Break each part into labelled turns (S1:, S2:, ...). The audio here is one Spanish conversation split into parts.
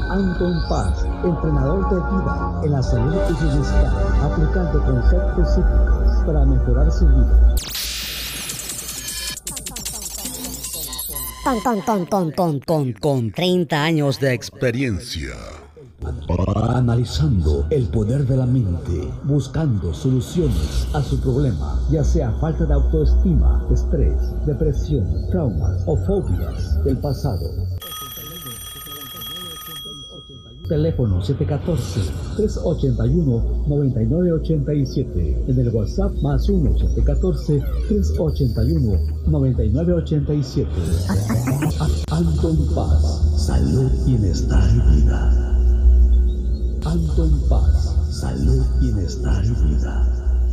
S1: Anton Paz, entrenador de vida en la salud y bienestar, aplicando conceptos psíquicos para mejorar su vida.
S2: Con 30 años de experiencia.
S1: Analizando el poder de la mente, buscando soluciones a su problema, ya sea falta de autoestima, estrés, depresión, traumas o fobias del pasado. Teléfono 714-381-9987. En el WhatsApp más 1-714-381-9987. Anton Paz, salud, bienestar y vida. Anton Paz, salud, bienestar y vida.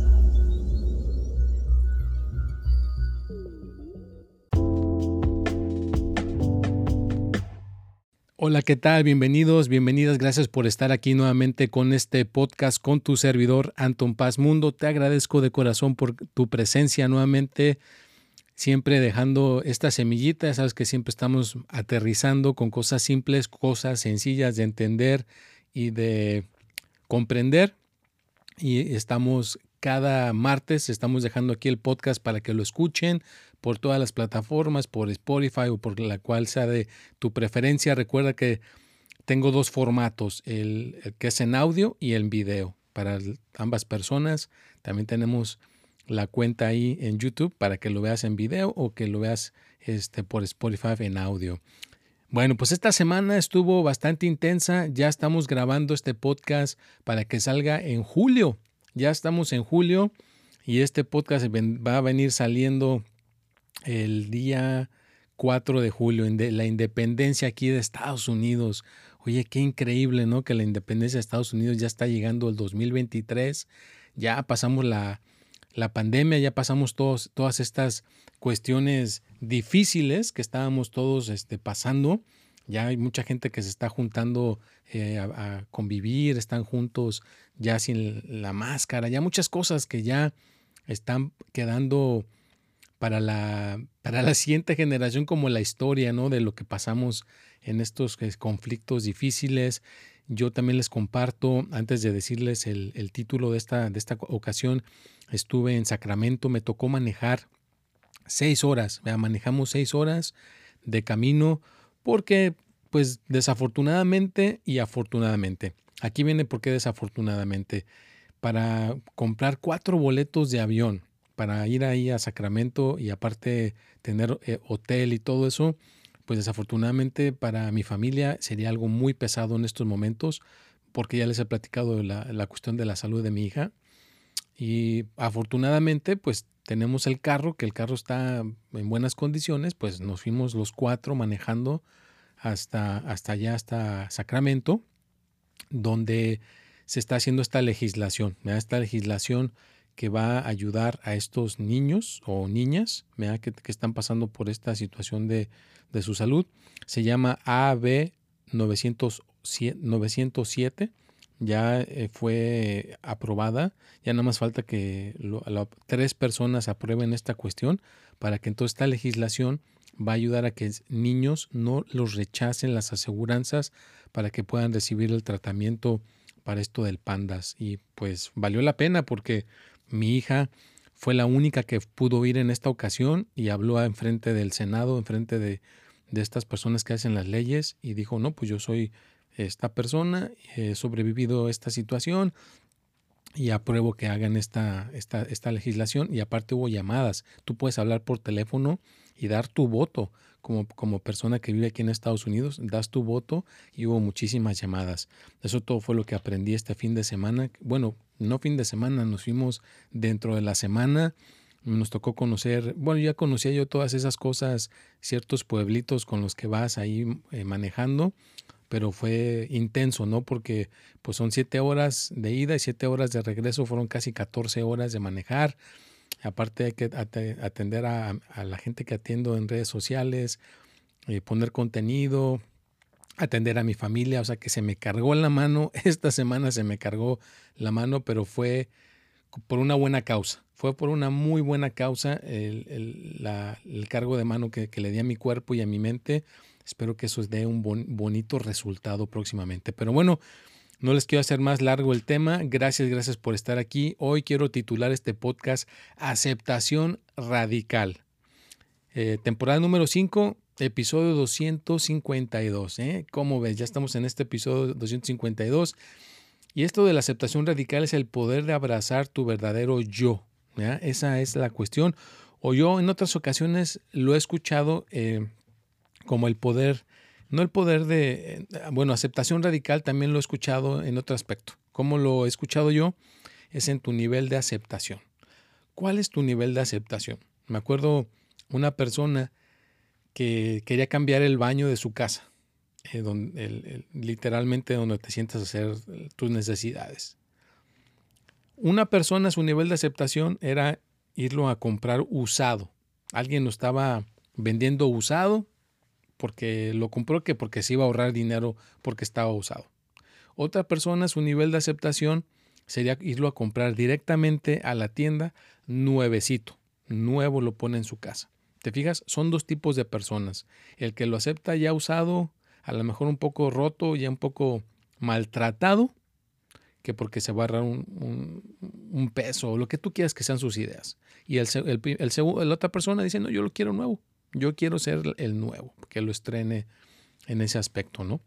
S3: Hola, ¿qué tal? Bienvenidos, bienvenidas. Gracias por estar aquí nuevamente con este podcast con tu servidor Anton Paz Mundo. Te agradezco de corazón por tu presencia nuevamente, siempre dejando esta semillita. Sabes que siempre estamos aterrizando con cosas simples, cosas sencillas de entender y de comprender. Y cada martes estamos dejando aquí el podcast para que lo escuchen por todas las plataformas, por Spotify o por la cual sea de tu preferencia. Recuerda que tengo dos formatos, el que es en audio y en video para ambas personas. También tenemos la cuenta ahí en YouTube para que lo veas en video o que lo veas por Spotify en audio. Bueno, pues esta semana estuvo bastante intensa. Ya estamos grabando este podcast para que salga en julio. Ya estamos en julio y este podcast va a venir saliendo el día 4 de julio, de la independencia aquí de Estados Unidos. Oye, qué increíble, ¿no? Que la independencia de Estados Unidos ya está llegando el 2023. Ya pasamos la pandemia, ya pasamos todas estas cuestiones difíciles que estábamos todos pasando. Ya hay mucha gente que se está juntando a convivir, están juntos ya sin la máscara, ya muchas cosas que ya están quedando para la siguiente generación como la historia, ¿no? De lo que pasamos en estos conflictos difíciles. Yo también les comparto, antes de decirles el título de esta ocasión, estuve en Sacramento, me tocó manejar 6 horas, manejamos 6 horas de camino porque, pues, desafortunadamente y afortunadamente. Aquí viene por qué desafortunadamente. Para comprar 4 boletos de avión para ir ahí a Sacramento y aparte tener hotel y todo eso, pues desafortunadamente para mi familia sería algo muy pesado en estos momentos porque ya les he platicado de la cuestión de la salud de mi hija y afortunadamente pues tenemos el carro, que el carro está en buenas condiciones, pues nos fuimos los 4 manejando hasta allá, hasta Sacramento, donde se está haciendo esta legislación, ¿verdad? Esta legislación que va a ayudar a estos niños o niñas, ¿verdad? Que están pasando por esta situación de su salud. Se llama AB 907, ya fue aprobada, ya nada más falta que 3 personas aprueben esta cuestión para que entonces esta legislación va a ayudar a que niños no los rechacen las aseguranzas para que puedan recibir el tratamiento para esto del PANDAS. Y pues valió la pena porque mi hija fue la única que pudo ir en esta ocasión y habló enfrente del Senado, enfrente de estas personas que hacen las leyes y dijo, no, pues yo soy esta persona, he sobrevivido a esta situación y apruebo que hagan esta legislación. Y aparte hubo llamadas. Tú puedes hablar por teléfono y dar tu voto como persona que vive aquí en Estados Unidos, das tu voto y hubo muchísimas llamadas. Eso todo fue lo que aprendí este fin de semana. Bueno, no fin de semana, nos fuimos dentro de la semana. Nos tocó conocer, bueno, ya conocía yo todas esas cosas, ciertos pueblitos con los que vas ahí manejando, pero fue intenso, ¿no? Porque pues son 7 horas de ida y 7 horas de regreso, fueron casi 14 horas de manejar. Aparte hay que atender a la gente que atiendo en redes sociales, poner contenido, atender a mi familia, o sea que se me cargó la mano, esta semana se me cargó la mano, pero fue por una buena causa. Fue por una muy buena causa el cargo de mano que le di a mi cuerpo y a mi mente. Espero que eso dé un bonito resultado próximamente. Pero bueno, no les quiero hacer más largo el tema. Gracias por estar aquí. Hoy quiero titular este podcast Aceptación Radical. Temporada número 5, episodio 252. ¿Cómo ves? Ya estamos en este episodio 252. Y esto de la aceptación radical es el poder de abrazar tu verdadero yo. ¿Ya? Esa es la cuestión. O yo en otras ocasiones lo he escuchado como el poder, no el poder de, aceptación radical también lo he escuchado en otro aspecto. ¿Cómo lo he escuchado yo? Es en tu nivel de aceptación. ¿Cuál es tu nivel de aceptación? Me acuerdo una persona que quería cambiar el baño de su casa, literalmente donde te sientas a hacer tus necesidades. Una persona, su nivel de aceptación era irlo a comprar usado. Alguien lo estaba vendiendo usado porque lo compró, que porque se iba a ahorrar dinero porque estaba usado. Otra persona, su nivel de aceptación sería irlo a comprar directamente a la tienda nuevecito. Nuevo lo pone en su casa. ¿Te fijas? Son dos tipos de personas. El que lo acepta ya usado, a lo mejor un poco roto, ya un poco maltratado, que porque se va a ahorrar un peso o lo que tú quieras que sean sus ideas. Y la otra persona dice, no, yo lo quiero nuevo. Yo quiero ser el nuevo, que lo estrene en ese aspecto, ¿no?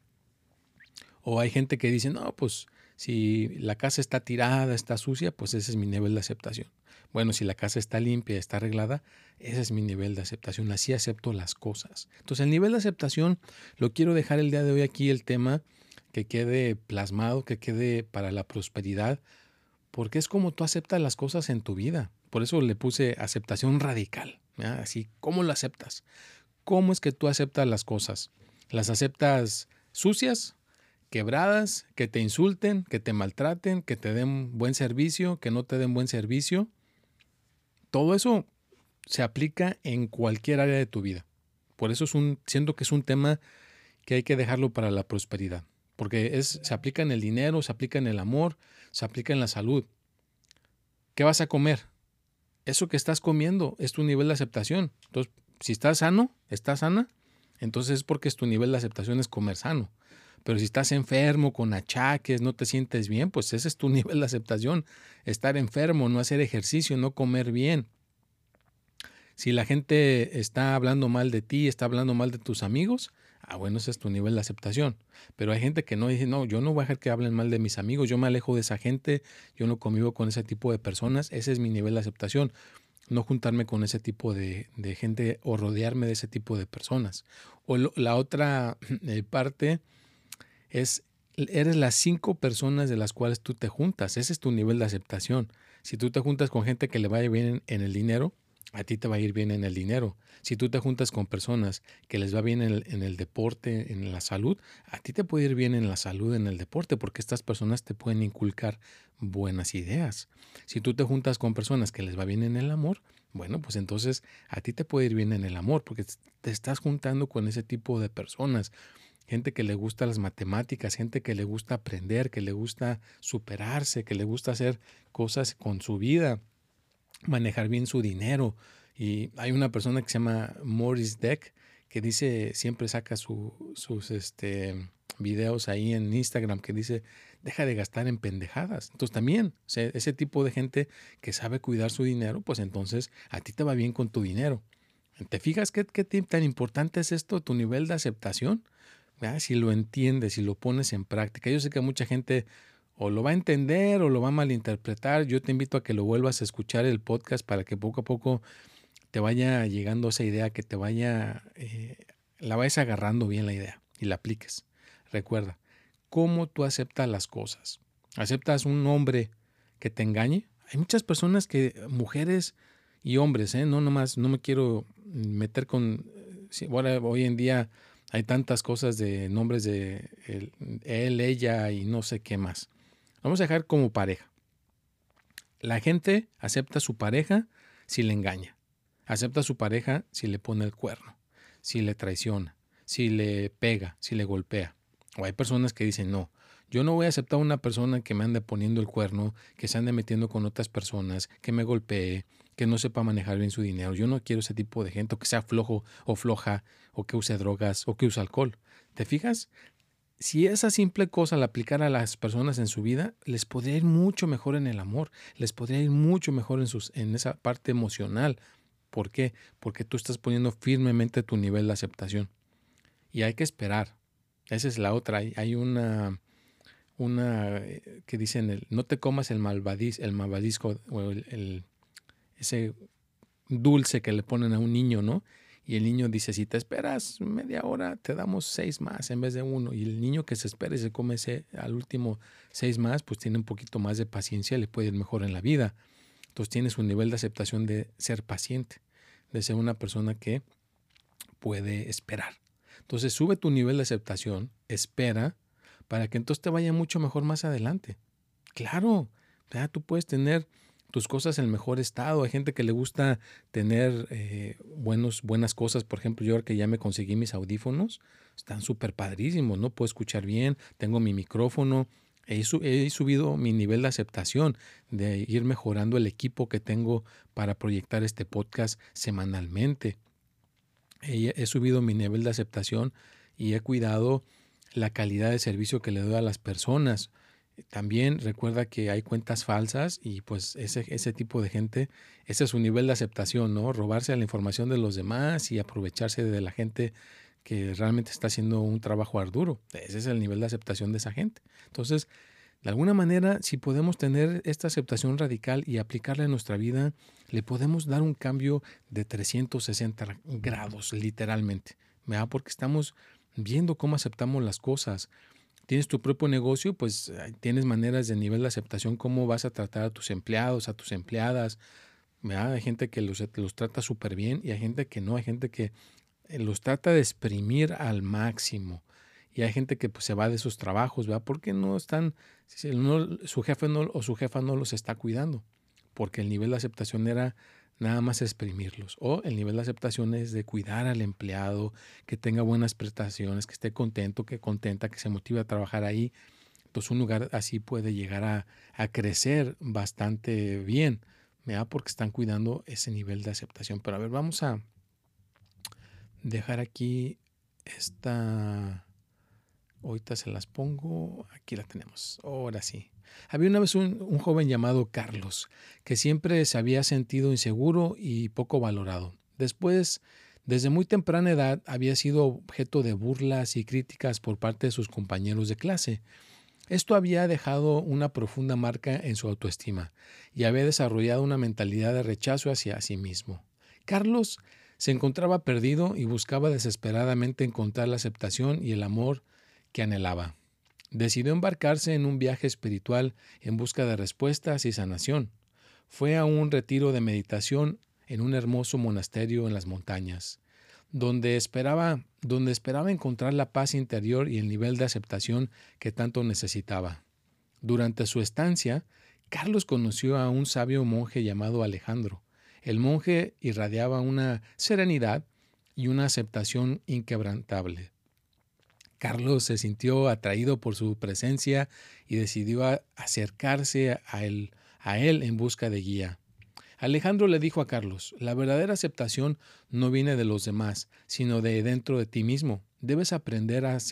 S3: O hay gente que dice, no, pues si la casa está tirada, está sucia, pues ese es mi nivel de aceptación. Bueno, si la casa está limpia, está arreglada, ese es mi nivel de aceptación. Así acepto las cosas. Entonces, el nivel de aceptación lo quiero dejar el día de hoy aquí, el tema, que quede plasmado, que quede para la prosperidad, porque es como tú aceptas las cosas en tu vida. Por eso le puse aceptación radical. ¿Ya? Así, ¿cómo lo aceptas? ¿Cómo es que tú aceptas las cosas? ¿Las aceptas sucias, quebradas, que te insulten, que te maltraten, que te den buen servicio, que no te den buen servicio? Todo eso se aplica en cualquier área de tu vida. Por eso siento que es un tema que hay que dejarlo para la prosperidad. Porque se aplica en el dinero, se aplica en el amor, se aplica en la salud. ¿Qué vas a comer? Eso que estás comiendo es tu nivel de aceptación. Entonces, si estás sano, estás sana, entonces es porque tu nivel de aceptación es comer sano. Pero si estás enfermo, con achaques, no te sientes bien, pues ese es tu nivel de aceptación. Estar enfermo, no hacer ejercicio, no comer bien. Si la gente está hablando mal de ti, está hablando mal de tus amigos, bueno, ese es tu nivel de aceptación. Pero hay gente que no dice, no, yo no voy a dejar que hablen mal de mis amigos, yo me alejo de esa gente, yo no convivo con ese tipo de personas, ese es mi nivel de aceptación. No juntarme con ese tipo de gente o rodearme de ese tipo de personas. O la otra parte es, eres las 5 personas de las cuales tú te juntas, ese es tu nivel de aceptación. Si tú te juntas con gente que le vaya bien en el dinero, a ti te va a ir bien en el dinero. Si tú te juntas con personas que les va bien en el deporte, en la salud, a ti te puede ir bien en la salud, en el deporte, porque estas personas te pueden inculcar buenas ideas. Si tú te juntas con personas que les va bien en el amor, bueno, pues entonces a ti te puede ir bien en el amor, porque te estás juntando con ese tipo de personas. Gente que le gusta las matemáticas, gente que le gusta aprender, que le gusta superarse, que le gusta hacer cosas con su vida, manejar bien su dinero. Y hay una persona que se llama Morris Deck que dice, siempre saca sus videos ahí en Instagram que dice, deja de gastar en pendejadas. Entonces también, ese tipo de gente que sabe cuidar su dinero, pues entonces a ti te va bien con tu dinero. ¿Te fijas qué tan importante es esto, tu nivel de aceptación? Si lo entiendes, si lo pones en práctica. Yo sé que mucha gente o lo va a entender o lo va a malinterpretar. Yo te invito a que lo vuelvas a escuchar el podcast para que poco a poco te vaya llegando esa idea, que te vaya, la vayas agarrando bien la idea y la apliques. Recuerda, ¿cómo tú aceptas las cosas? ¿Aceptas un hombre que te engañe? Hay muchas personas mujeres y hombres, no nomás, no me quiero meter con, hoy en día hay tantas cosas de nombres de él, ella y no sé qué más. Vamos a dejar como pareja. La gente acepta a su pareja si le engaña. Acepta a su pareja si le pone el cuerno, si le traiciona, si le pega, si le golpea. O hay personas que dicen, no, Yo no voy a aceptar a una persona que me ande poniendo el cuerno, que se ande metiendo con otras personas, que me golpee, que no sepa manejar bien su dinero. Yo no quiero ese tipo de gente, o que sea flojo o floja, o que use drogas, o que use alcohol. ¿Te fijas? Si esa simple cosa la aplicara a las personas en su vida, les podría ir mucho mejor en el amor, les podría ir mucho mejor en esa parte emocional. ¿Por qué? Porque tú estás poniendo firmemente tu nivel de aceptación. Y hay que esperar. Esa es la otra. Hay una que dicen, no te comas el malvadisco o ese dulce que le ponen a un niño, ¿no? Y el niño dice, si te esperas media hora, te damos 6 más en vez de 1. Y el niño que se espera y se come al último 6 más, pues tiene un poquito más de paciencia, le puede ir mejor en la vida. Entonces tienes un nivel de aceptación de ser paciente, de ser una persona que puede esperar. Entonces sube tu nivel de aceptación, espera, para que entonces te vaya mucho mejor más adelante. Claro, ya tú puedes tener tus cosas en mejor estado. Hay gente que le gusta tener buenas cosas. Por ejemplo, yo ahora que ya me conseguí mis audífonos, están súper padrísimos, ¿no? Puedo escuchar bien, tengo mi micrófono. He subido mi nivel de aceptación, de ir mejorando el equipo que tengo para proyectar este podcast semanalmente. He subido mi nivel de aceptación y he cuidado la calidad de servicio que le doy a las personas. También recuerda que hay cuentas falsas y pues ese tipo de gente, ese es su nivel de aceptación, ¿no? Robarse la información de los demás y aprovecharse de la gente que realmente está haciendo un trabajo arduo. Ese es el nivel de aceptación de esa gente. Entonces, de alguna manera, si podemos tener esta aceptación radical y aplicarla en nuestra vida, le podemos dar un cambio de 360 grados, literalmente, ¿verdad? Porque estamos viendo cómo aceptamos las cosas. Tienes tu propio negocio, pues tienes maneras de nivel de aceptación, cómo vas a tratar a tus empleados, a tus empleadas, ¿verdad? Hay gente que los trata súper bien y hay gente que no, hay gente que los trata de exprimir al máximo. Y hay gente que pues, se va de sus trabajos, ¿verdad? Porque no están, su jefe o su jefa no los está cuidando. Porque el nivel de aceptación era nada más exprimirlos. O el nivel de aceptación es de cuidar al empleado, que tenga buenas prestaciones, que esté contento, que contenta, que se motive a trabajar ahí. Entonces un lugar así puede llegar a crecer bastante bien, ¿verdad? Porque están cuidando ese nivel de aceptación. Pero a ver, vamos a dejar aquí esta... Ahorita se las pongo. Aquí la tenemos. Ahora sí. Había una vez un joven llamado Carlos que siempre se había sentido inseguro y poco valorado. Después, desde muy temprana edad, había sido objeto de burlas y críticas por parte de sus compañeros de clase. Esto había dejado una profunda marca en su autoestima y había desarrollado una mentalidad de rechazo hacia sí mismo. Carlos se encontraba perdido y buscaba desesperadamente encontrar la aceptación y el amor que anhelaba. Decidió embarcarse en un viaje espiritual en busca de respuestas y sanación. Fue a un retiro de meditación en un hermoso monasterio en las montañas, donde esperaba encontrar la paz interior y el nivel de aceptación que tanto necesitaba. Durante su estancia, Carlos conoció a un sabio monje llamado Alejandro. El monje irradiaba una serenidad y una aceptación inquebrantable. Carlos se sintió atraído por su presencia y decidió acercarse a él en busca de guía. Alejandro le dijo a Carlos, la verdadera aceptación no viene de los demás, sino de dentro de ti mismo. Debes aprender a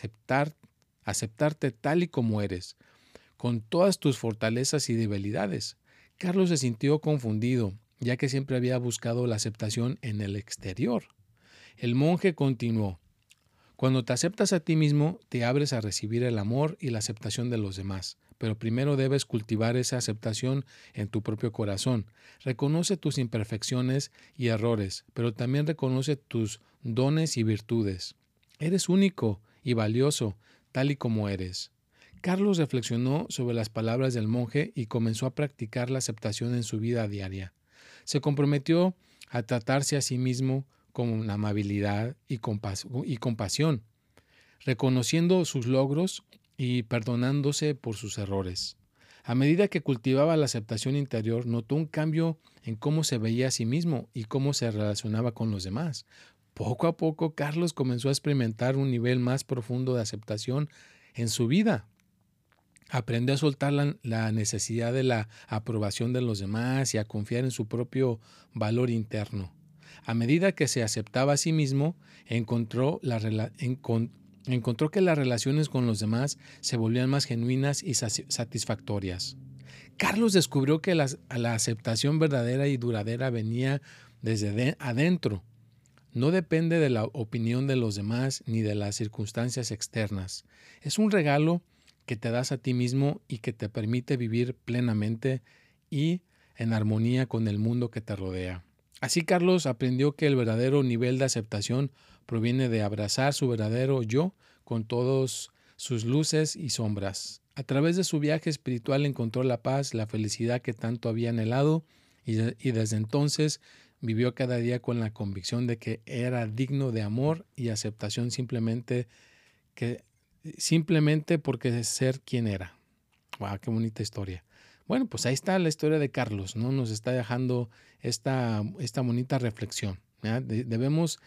S3: aceptarte tal y como eres, con todas tus fortalezas y debilidades. Carlos se sintió confundido, ya que siempre había buscado la aceptación en el exterior. El monje continuó, cuando te aceptas a ti mismo, te abres a recibir el amor y la aceptación de los demás. Pero primero debes cultivar esa aceptación en tu propio corazón. Reconoce tus imperfecciones y errores, pero también reconoce tus dones y virtudes. Eres único y valioso, tal y como eres. Carlos reflexionó sobre las palabras del monje y comenzó a practicar la aceptación en su vida diaria. Se comprometió a tratarse a sí mismo con amabilidad y compasión, reconociendo sus logros y perdonándose por sus errores. A medida que cultivaba la aceptación interior, notó un cambio en cómo se veía a sí mismo y cómo se relacionaba con los demás. Poco a poco, Carlos comenzó a experimentar un nivel más profundo de aceptación en su vida. Aprendió a soltar la necesidad de la aprobación de los demás y a confiar en su propio valor interno. A medida que se aceptaba a sí mismo, encontró que las relaciones con los demás se volvían más genuinas y satisfactorias. Carlos descubrió que la aceptación verdadera y duradera venía desde adentro. No depende de la opinión de los demás ni de las circunstancias externas. Es un regalo que te das a ti mismo y que te permite vivir plenamente y en armonía con el mundo que te rodea. Así Carlos aprendió que el verdadero nivel de aceptación proviene de abrazar su verdadero yo con todos sus luces y sombras. A través de su viaje espiritual encontró la paz, la felicidad que tanto había anhelado y desde entonces vivió cada día con la convicción de que era digno de amor y aceptación simplemente porque ser quien era. ¡Wow! ¡Qué bonita historia! Bueno, pues ahí está la historia de Carlos, ¿no? Nos está dejando esta bonita reflexión, ¿verdad? Debemos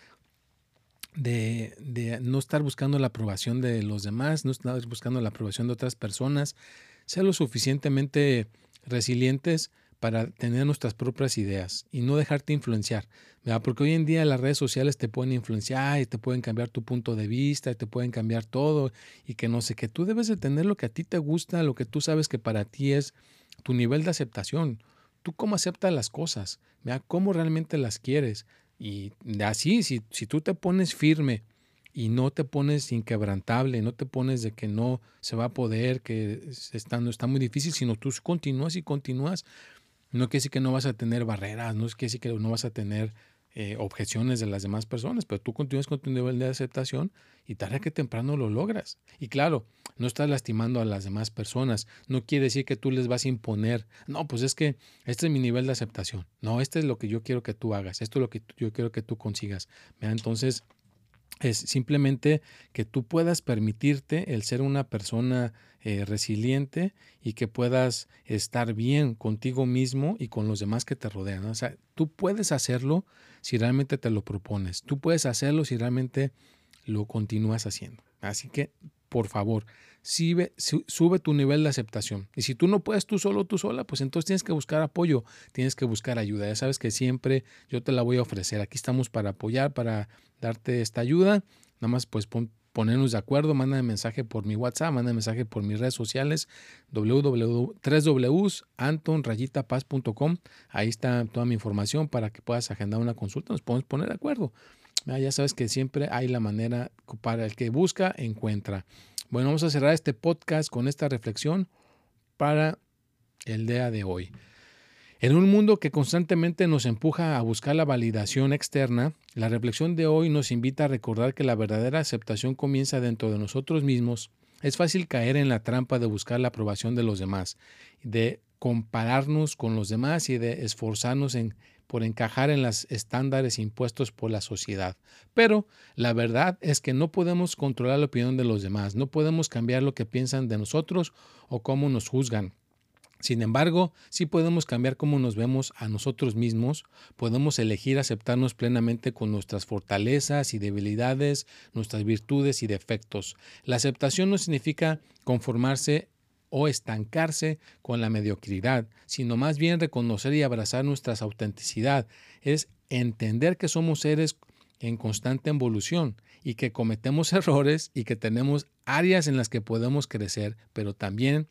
S3: de no estar buscando la aprobación de los demás, no estar buscando la aprobación de otras personas, ser lo suficientemente resilientes para tener nuestras propias ideas y no dejarte influenciar, ¿verdad? Porque hoy en día las redes sociales te pueden influenciar y te pueden cambiar tu punto de vista y te pueden cambiar todo y que no sé, que tú debes de tener lo que a ti te gusta, lo que tú sabes que para ti es tu nivel de aceptación. Tú cómo aceptas las cosas, ¿verdad? Cómo realmente las quieres. Y así, si tú te pones firme y no te pones inquebrantable, no te pones de que no se va a poder, que está muy difícil, sino tú continúas y continúas. No quiere decir que no vas a tener barreras, no quiere decir que no vas a tener objeciones de las demás personas, pero tú continúas con tu nivel de aceptación y tarde que temprano lo logras. Y claro, no estás lastimando a las demás personas. No quiere decir que tú les vas a imponer. No, pues es que este es mi nivel de aceptación. No, este es lo que yo quiero que tú hagas. Esto es lo que yo quiero que tú consigas. Entonces, es simplemente que tú puedas permitirte el ser una persona resiliente y que puedas estar bien contigo mismo y con los demás que te rodean, ¿no? O sea, tú puedes hacerlo si realmente te lo propones. Tú puedes hacerlo si realmente lo continúas haciendo. Así que, por favor, sube tu nivel de aceptación. Y si tú no puedes tú solo, tú sola, pues entonces tienes que buscar apoyo, tienes que buscar ayuda. Ya sabes que siempre yo te la voy a ofrecer. Aquí estamos para apoyar, para darte esta ayuda. Nada más pues ponernos de acuerdo, mándame mensaje por mi WhatsApp, mándame mensaje por mis redes sociales, www.antonrayitapaz.com. Ahí está toda mi información para que puedas agendar una consulta, nos podemos poner de acuerdo. Ya sabes que siempre hay la manera, para el que busca, encuentra. Bueno, vamos a cerrar este podcast con esta reflexión para el día de hoy. En un mundo que constantemente nos empuja a buscar la validación externa, la reflexión de hoy nos invita a recordar que la verdadera aceptación comienza dentro de nosotros mismos. Es fácil caer en la trampa de buscar la aprobación de los demás, de compararnos con los demás y de esforzarnos por encajar en los estándares impuestos por la sociedad. Pero la verdad es que no podemos controlar la opinión de los demás, no podemos cambiar lo que piensan de nosotros o cómo nos juzgan. Sin embargo, sí podemos cambiar cómo nos vemos a nosotros mismos, podemos elegir aceptarnos plenamente con nuestras fortalezas y debilidades, nuestras virtudes y defectos. La aceptación no significa conformarse o estancarse con la mediocridad, sino más bien reconocer y abrazar nuestra autenticidad. Es entender que somos seres en constante evolución y que cometemos errores y que tenemos áreas en las que podemos crecer, pero también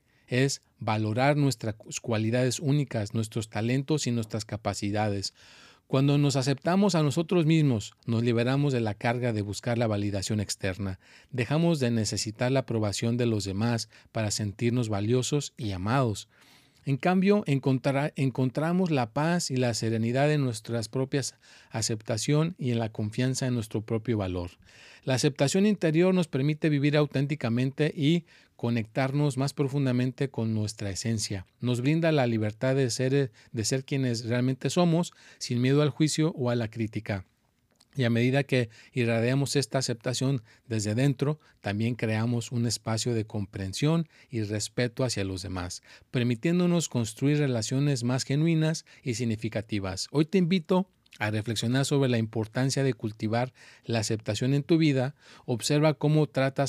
S3: es valorar nuestras cualidades únicas, nuestros talentos y nuestras capacidades. Cuando nos aceptamos a nosotros mismos, nos liberamos de la carga de buscar la validación externa. Dejamos de necesitar la aprobación de los demás para sentirnos valiosos y amados. En cambio, encontramos la paz y la serenidad en nuestras propias aceptación y en la confianza en nuestro propio valor. La aceptación interior nos permite vivir auténticamente y conectarnos más profundamente con nuestra esencia. Nos brinda la libertad de ser quienes realmente somos, sin miedo al juicio o a la crítica. Y a medida que irradiamos esta aceptación desde dentro, también creamos un espacio de comprensión y respeto hacia los demás, permitiéndonos construir relaciones más genuinas y significativas. Hoy te invito a reflexionar sobre la importancia de cultivar la aceptación en tu vida, observa cómo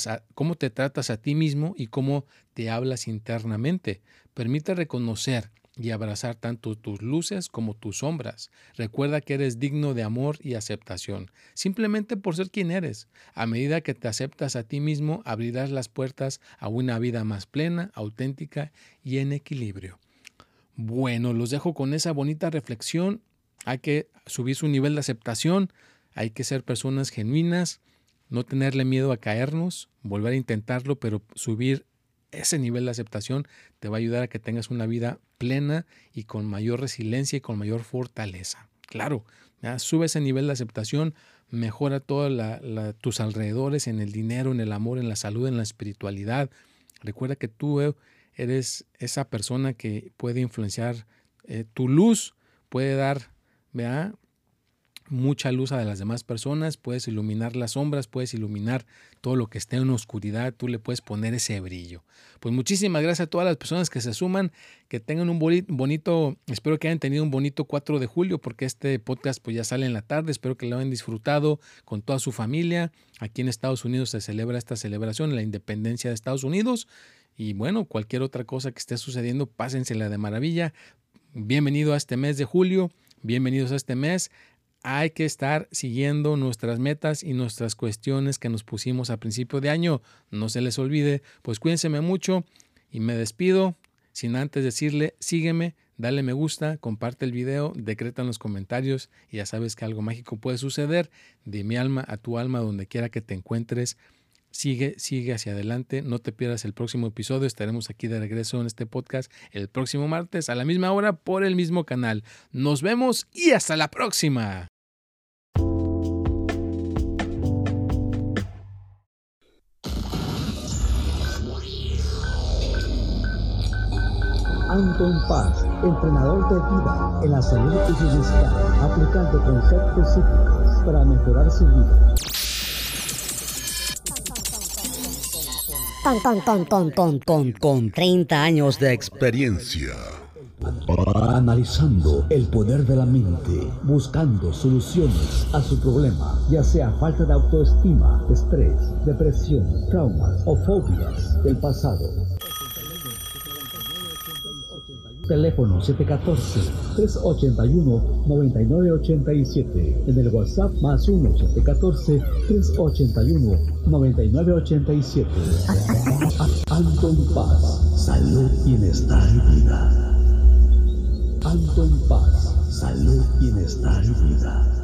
S3: te tratas a ti mismo y cómo te hablas internamente. Permite reconocer y abrazar tanto tus luces como tus sombras. Recuerda que eres digno de amor y aceptación, simplemente por ser quien eres. A medida que te aceptas a ti mismo, abrirás las puertas a una vida más plena, auténtica y en equilibrio. Bueno, los dejo con esa bonita reflexión. Hay que subir su nivel de aceptación, hay que ser personas genuinas, no tenerle miedo a caernos, volver a intentarlo, pero subir ese nivel de aceptación te va a ayudar a que tengas una vida plena y con mayor resiliencia y con mayor fortaleza. Claro, ¿ya? Sube ese nivel de aceptación, mejora todos tus alrededores en el dinero, en el amor, en la salud, en la espiritualidad. Recuerda que tú eres esa persona que puede influenciar tu luz, puede dar, ¿verdad?, mucha luz a las demás personas, puedes iluminar las sombras, puedes iluminar todo lo que esté en oscuridad, tú le puedes poner ese brillo. Pues muchísimas gracias a todas las personas que se suman, que tengan un bonito, espero que hayan tenido un bonito 4 de julio, porque este podcast pues ya sale en la tarde, espero que lo hayan disfrutado con toda su familia. Aquí en Estados Unidos se celebra esta celebración, la independencia de Estados Unidos, y bueno, cualquier otra cosa que esté sucediendo, pásensela de maravilla. Bienvenido a este mes de julio, bienvenidos a este mes. Hay que estar siguiendo nuestras metas y nuestras cuestiones que nos pusimos a principio de año. No se les olvide. Pues cuídense mucho y me despido sin antes decirle, sígueme, dale me gusta, comparte el video, decreta en los comentarios y ya sabes que algo mágico puede suceder. De mi alma a tu alma, donde quiera que te encuentres. Sigue hacia adelante. No te pierdas el próximo episodio. Estaremos aquí de regreso en este podcast el próximo martes a la misma hora por el mismo canal. Nos vemos y hasta la próxima.
S1: Anton Paz, entrenador de vida en la salud y bienestar, aplicando conceptos psíquicos para mejorar su vida.
S2: Con 30 años de experiencia.
S1: Analizando el poder de la mente, buscando soluciones a su problema, ya sea falta de autoestima, estrés, depresión, traumas o fobias del pasado. Teléfono 714-381-9987. En el WhatsApp más 1-714-381-9987. Anton Paz, salud, bienestar y vida. Anton Paz, salud, bienestar y vida.